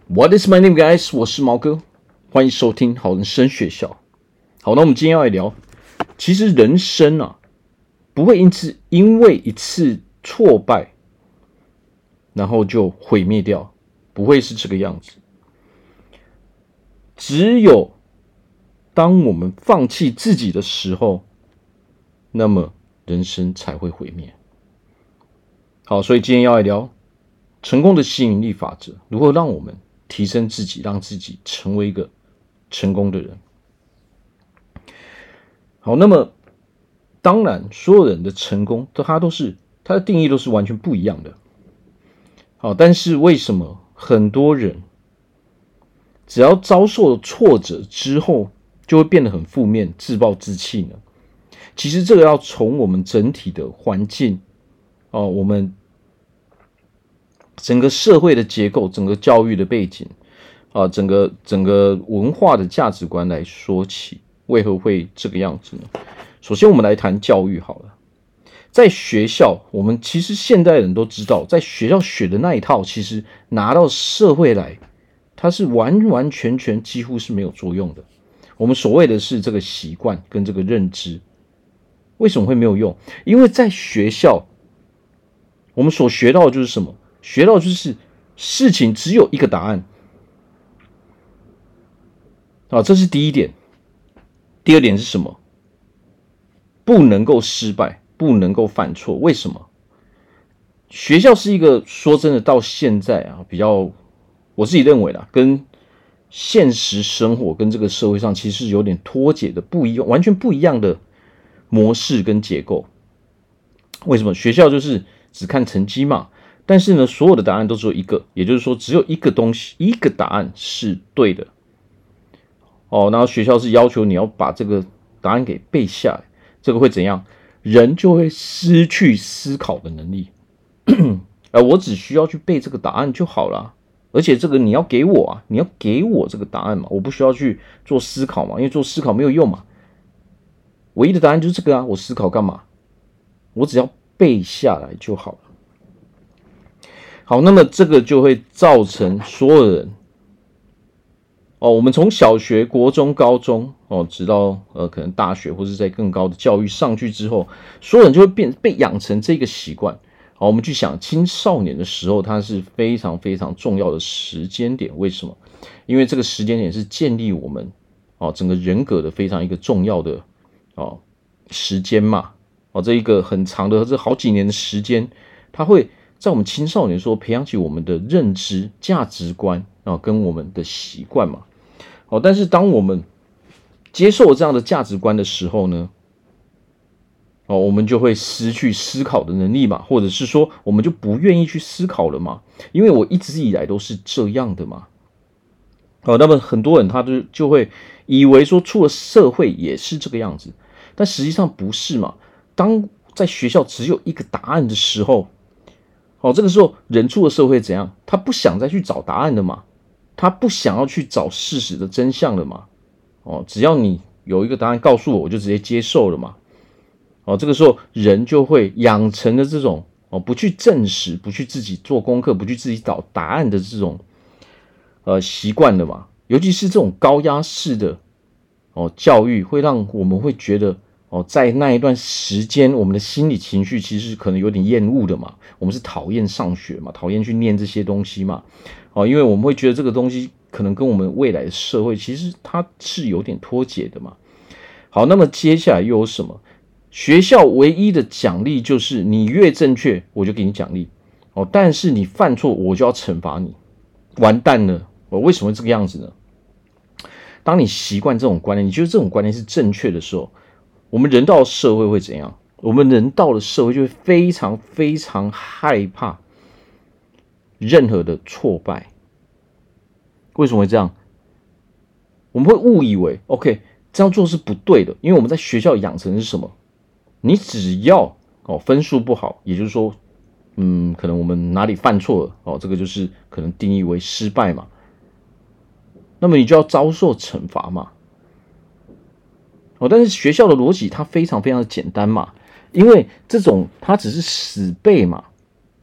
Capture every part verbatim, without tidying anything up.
What is my name, guys？ 我是毛哥，欢迎收听好人生学校。好，那我们今天要来聊，其实人生啊，不会因此因为一次挫败，然后就毁灭掉，不会是这个样子。只有当我们放弃自己的时候，那么人生才会毁灭。好，所以今天要来聊成功的吸引力法则，如何让我们提升自己，让自己成为一个成功的人。好，那么当然，所有人的成功，它都是它的定义都是完全不一样的。好，但是为什么很多人只要遭受了挫折之后，就会变得很负面、自暴自弃呢？其实这个要从我们整体的环境哦，我们整个社会的结构、整个教育的背景啊，整个整个文化的价值观来说起，为何会这个样子呢？首先，我们来谈教育好了。在学校，我们其实现代人都知道，在学校学的那一套，其实拿到社会来，它是完完全全几乎是没有作用的。我们所谓的是这个习惯跟这个认知，为什么会没有用？因为在学校，我们所学到的就是什么？学到的就是事情只有一个答案。啊，这是第一点。第二点是什么？不能够失败，不能够犯错。为什么？学校是一个说真的，到现在啊，比较我自己认为啦，跟现实生活跟这个社会上其实是有点脱节的，不一样，完全不一样的模式跟结构。为什么？学校就是只看成绩嘛，但是呢，所有的答案都只有一个，也就是说，只有一个东西，一个答案是对的。哦，然后学校是要求你要把这个答案给背下来，这个会怎样？人就会失去思考的能力。而我只需要去背这个答案就好了，而且这个你要给我啊，你要给我这个答案嘛，我不需要去做思考嘛，因为做思考没有用嘛。唯一的答案就是这个啊，我思考干嘛？我只要背下来就好了。好，那么这个就会造成所有人。哦，我们从小学、国中、高中，哦，直到呃可能大学或是在更高的教育上去之后，所有人就会变被养成这个习惯。好，我们去想青少年的时候，它是非常非常重要的时间点。为什么？因为这个时间点是建立我们哦整个人格的非常一个重要的哦时间嘛。哦，这一个很长的这好几年的时间，它会在我们青少年的时候培养起我们的认知、价值观啊、哦，跟我们的习惯嘛。哦，但是当我们接受这样的价值观的时候呢，哦，我们就会失去思考的能力嘛，或者是说，我们就不愿意去思考了嘛，因为我一直以来都是这样的嘛。哦，那么很多人他就就会以为说，出了社会也是这个样子，但实际上不是嘛。当在学校只有一个答案的时候，哦，这个时候人出了社会怎样？他不想再去找答案了嘛。他不想要去找事实的真相了嘛？哦，只要你有一个答案告诉我，我就直接接受了嘛。哦，这个时候人就会养成了这种哦，不去证实、不去自己做功课、不去自己找答案的这种呃习惯了嘛。尤其是这种高压式的哦教育，会让我们会觉得哦，在那一段时间，我们的心理情绪其实可能有点厌恶的嘛。我们是讨厌上学嘛，讨厌去念这些东西嘛。哦，因为我们会觉得这个东西可能跟我们未来的社会其实它是有点脱节的嘛。好，那么接下来又有什么？学校唯一的奖励就是你越正确，我就给你奖励。哦，但是你犯错，我就要惩罚你。完蛋了！我为什么会这个样子呢？当你习惯这种观念，你觉得这种观念是正确的时候，我们人到了社会会怎样？我们人到了社会就会非常非常害怕任何的挫败。为什么会这样？我们会误以为 OK 这样做是不对的，因为我们在学校养成的是什么？你只要哦分数不好，也就是说，嗯，可能我们哪里犯错了哦，这个就是可能定义为失败嘛。那么你就要遭受惩罚嘛。哦，但是学校的逻辑它非常非常的简单嘛，因为这种它只是死背嘛。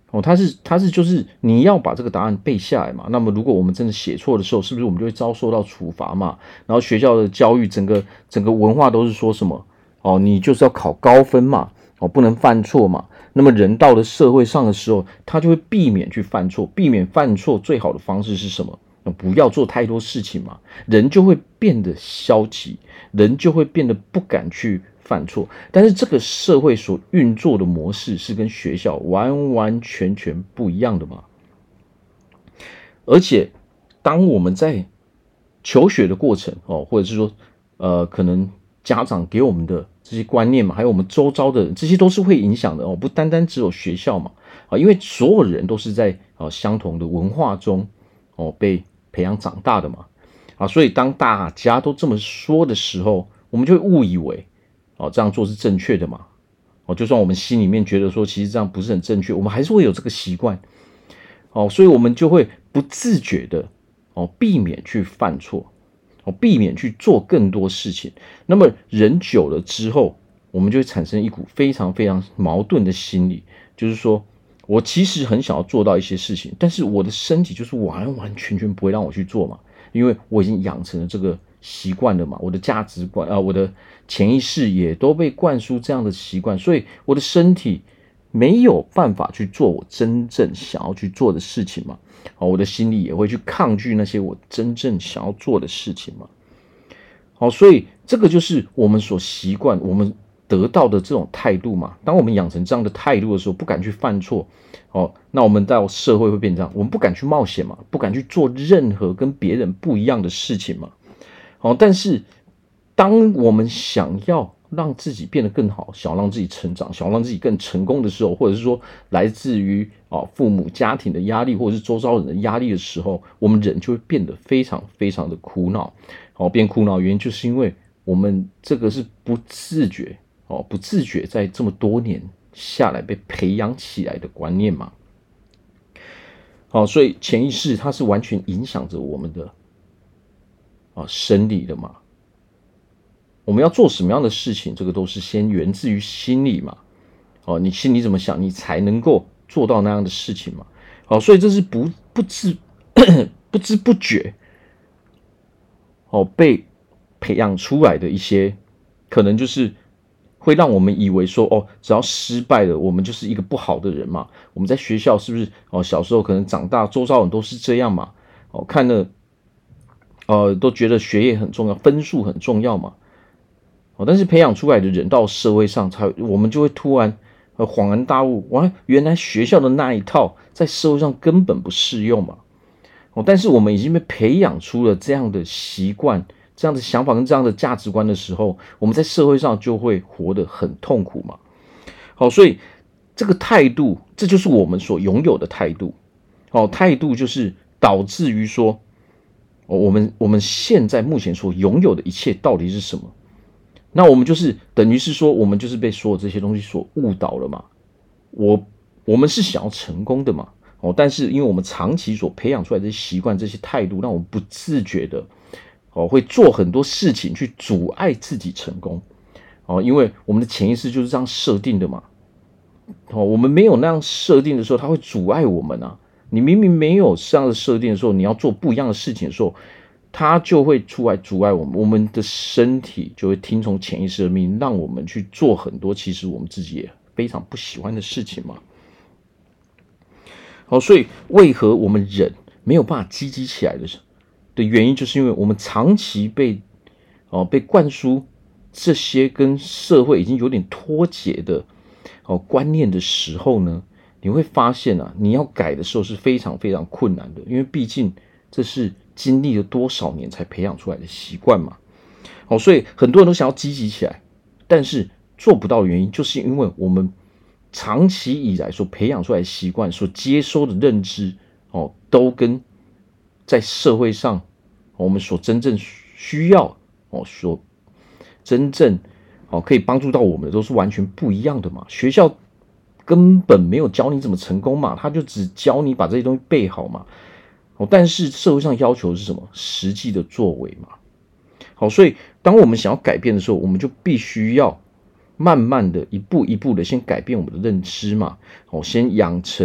哦，它是它是就是你要把这个答案背下来嘛。那么如果我们真的写错的时候，是不是我们就会遭受到处罚嘛？然后学校的教育整个整个文化都是说什么？哦，你就是要考高分嘛，哦，不能犯错嘛。那么人到了社会上的时候，他就会避免去犯错，避免犯错最好的方式是什么？不要做太多事情嘛，人就会变得消极，人就会变得不敢去犯错。但是这个社会所运作的模式是跟学校完完全全不一样的嘛。而且当我们在求学的过程哦，或者是说呃，可能家长给我们的这些观念嘛，还有我们周遭的人，这些都是会影响的哦，不单单只有学校嘛啊，因为所有人都是在啊相同的文化中哦被培养长大的嘛，啊，所以当大家都这么说的时候，我们就会误以为，哦，这样做是正确的嘛，哦，就算我们心里面觉得说其实这样不是很正确，我们还是会有这个习惯，哦，所以我们就会不自觉的哦避免去犯错，哦，避免去做更多事情。那么人久了之后，我们就会产生一股非常非常矛盾的心理，就是说，我其实很想要做到一些事情，但是我的身体就是完完全全不会让我去做嘛，因为我已经养成了这个习惯了嘛，我的价值观啊、呃，我的潜意识也都被灌输这样的习惯，所以我的身体没有办法去做我真正想要去做的事情嘛，哦，我的心里也会去抗拒那些我真正想要做的事情嘛，好，所以这个就是我们所习惯我们得到的这种态度嘛。当我们养成这样的态度的时候，不敢去犯错，哦，那我们到社会会变这样，我们不敢去冒险嘛，不敢去做任何跟别人不一样的事情嘛。好，但是当我们想要让自己变得更好，想要让自己成长，想要让自己更成功的时候，或者是说来自于啊父母家庭的压力，或者是周遭人的压力的时候，我们人就会变得非常非常的苦恼。好，变苦恼原因就是因为我们这个是不自觉哦，不自觉在这么多年下来被培养起来的观念嘛。好，所以潜意识它是完全影响着我们的啊生理的嘛。我们要做什么样的事情，这个都是先源自于心理嘛。哦，你心里怎么想，你才能够做到那样的事情嘛。好，所以这是不不知不知不觉哦被培养出来的一些，可能就是会让我们以为说，哦，只要失败了，我们就是一个不好的人嘛。我们在学校是不是哦，小时候可能长大，周遭人都是这样嘛。哦，看了，呃，都觉得学业很重要，分数很重要嘛。哦，但是培养出来的人到社会上才，我们就会突然呃恍然大悟，哇，原来学校的那一套在社会上根本不适用嘛。哦，但是我们已经被培养出了这样的习惯、这样的想法跟这样的价值观的时候，我们在社会上就会活得很痛苦嘛。好，所以这个态度，这就是我们所拥有的态度。好，态度就是导致于说，哦，我们我们现在目前所拥有的一切到底是什么？那我们就是等于是说，我们就是被所有这些东西所误导了嘛。我我们是想要成功的嘛，哦，但是因为我们长期所培养出来的这些习惯、这些态度，让我们不自觉的哦会做很多事情去阻碍自己成功。哦，因为我们的潜意识就是这样设定的嘛。哦，我们没有那样设定的时候，它会阻碍我们啊。你明明没有这样的设定的时候，你要做不一样的事情的时候，它就会出来阻碍我们，我们的身体就会听从潜意识的命令，让我们去做很多其实我们自己也非常不喜欢的事情嘛。好，所以为何我们人没有办法积极起来的的原因，就是因为我们长期被哦被灌输这些跟社会已经有点脱节的哦观念的时候呢，你会发现啊，你要改的时候是非常非常困难的，因为毕竟这是经历了多少年才培养出来的习惯嘛。好，所以很多人都想要积极起来，但是做不到的原因，就是因为我们长期以来所培养出来的习惯，所接收的认知，哦，都跟在社会上我们所真正需要哦，所真正哦可以帮助到我们的，都是完全不一样的嘛。学校根本没有教你怎么成功嘛，他就只教你把这些东西背好嘛。哦，但是社会上要求的是什么？实际的作为嘛。好，所以当我们想要改变的时候，我们就必须要慢慢的一步一步的先改变我们的认知嘛。哦，先养成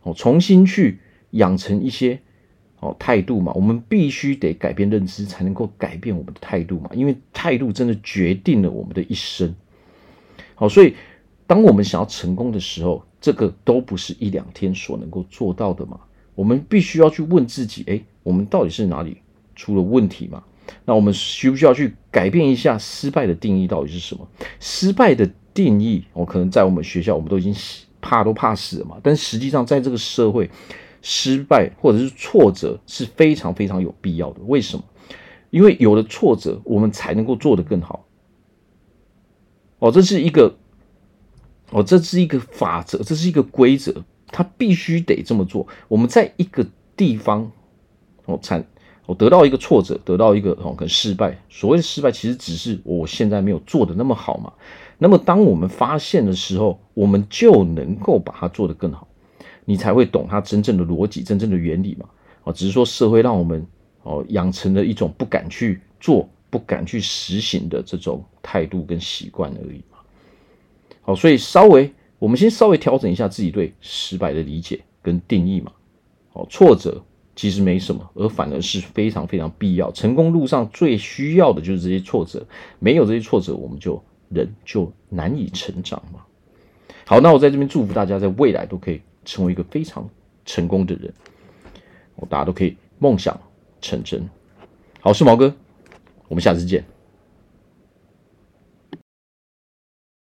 哦，重新去养成一些哦态度嘛。我们必须得改变认知，才能够改变我们的态度嘛。因为态度真的决定了我们的一生。好，所以当我们想要成功的时候，这个都不是一两天所能够做到的嘛。我们必须要去问自己，诶，我们到底是哪里出了问题嘛？那我们需不需要去改变一下失败的定义到底是什么？失败的定义，我、哦、可能在我们学校我们都已经怕都怕死了嘛，但实际上在这个社会，失败或者是挫折是非常非常有必要的。为什么？因为有了挫折，我们才能够做得更好。哦，这是一个，哦，这是一个法则，这是一个规则，它必须得这么做。我们在一个地方，哦，产。我得到一个挫折，得到一个哦，可能失败。所谓的失败，其实只是我现在没有做的那么好嘛。那么，当我们发现的时候，我们就能够把它做得更好，你才会懂它真正的逻辑、真正的原理嘛。哦，只是说社会让我们哦养成了一种不敢去做、不敢去实行的这种态度跟习惯而已嘛。好，所以稍微我们先稍微调整一下自己对失败的理解跟定义嘛。哦，挫折其实没什么，而反而是非常非常必要。成功路上最需要的就是这些挫折，没有这些挫折，我们就人就难以成长嘛。好，那我在这边祝福大家，在未来都可以成为一个非常成功的人，大家都可以梦想成真。好，我是毛哥，我们下次见。